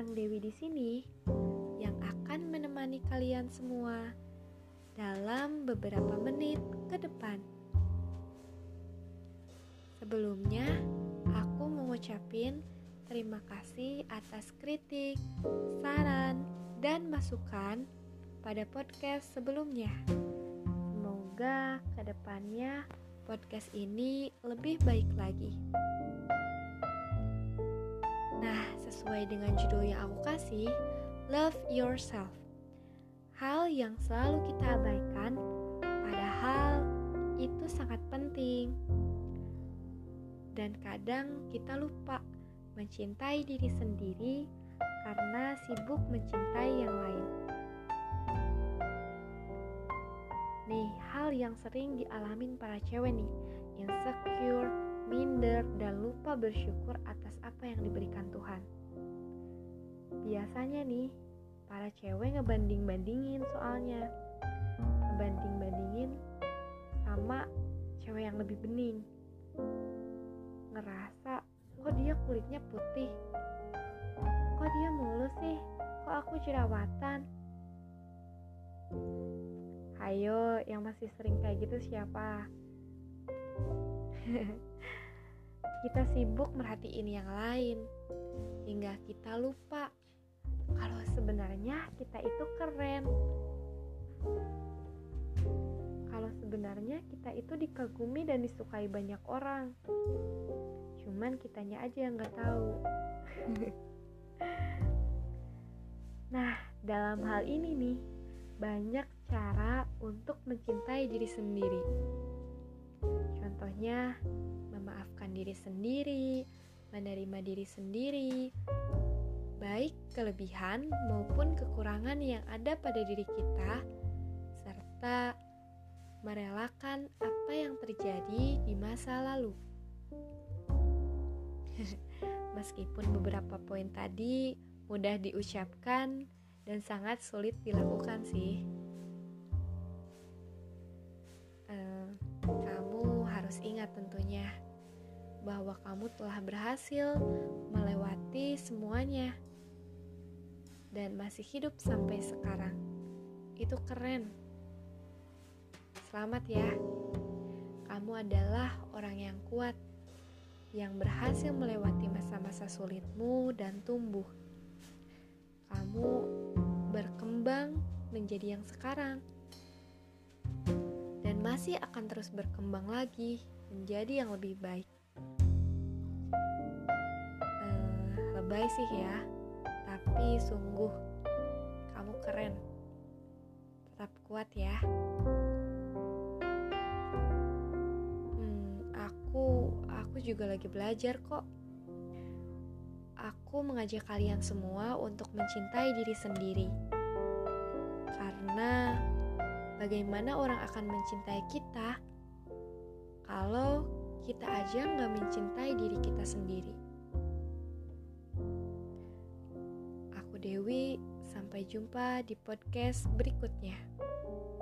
bareng Dewi di sini yang akan menemani kalian semua dalam beberapa menit ke depan. Sebelumnya, aku mau ngucapin terima kasih atas kritik, saran, dan masukan pada podcast sebelumnya. Semoga kedepannya podcast ini lebih baik lagi. Nah, sesuai dengan judul yang aku kasih, Love Yourself. Hal yang selalu kita abaikan, padahal itu sangat penting. Dan kadang kita lupa mencintai diri sendiri karena sibuk mencintai yang lain. Nih, hal yang sering dialamin para cewek nih, insecure, minder, dan lupa bersyukur atas apa yang diberikan Tuhan. Biasanya nih, para cewek ngebanding-bandingin soalnya. Ngebanding-bandingin sama cewek yang lebih bening. Ngerasa, kok dia kulitnya putih? Kok dia mulus sih? Kok aku jerawatan? Ayo, yang masih sering kayak gitu siapa? Kita sibuk merhatiin yang lain, hingga kita lupa kalau sebenarnya kita itu keren. Kalau sebenarnya kita itu dikagumi dan disukai banyak orang. Cuman kitanya aja yang gak tahu. Nah, dalam hal ini nih, banyak cara untuk mencintai diri sendiri. Contohnya, memaafkan diri sendiri, menerima diri sendiri, baik kelebihan maupun kekurangan yang ada pada diri kita, serta merelakan apa yang terjadi di masa lalu. Meskipun beberapa poin tadi mudah diucapkan dan sangat sulit dilakukan sih. Kamu harus ingat tentunya bahwa kamu telah berhasil melewati semuanya dan masih hidup sampai sekarang. Itu keren. Selamat ya. Kamu adalah orang yang kuat, yang berhasil melewati masa-masa sulitmu dan tumbuh. Kamu berkembang menjadi yang sekarang dan masih akan terus berkembang lagi menjadi yang lebih baik. Lebay sih ya, tapi sungguh kamu keren. Tetap kuat ya. Aku juga lagi belajar kok. Aku mengajak kalian semua untuk mencintai diri sendiri. Karena bagaimana orang akan mencintai kita kalau kita aja gak mencintai diri kita sendiri. Aku Dewi, sampai jumpa di podcast berikutnya.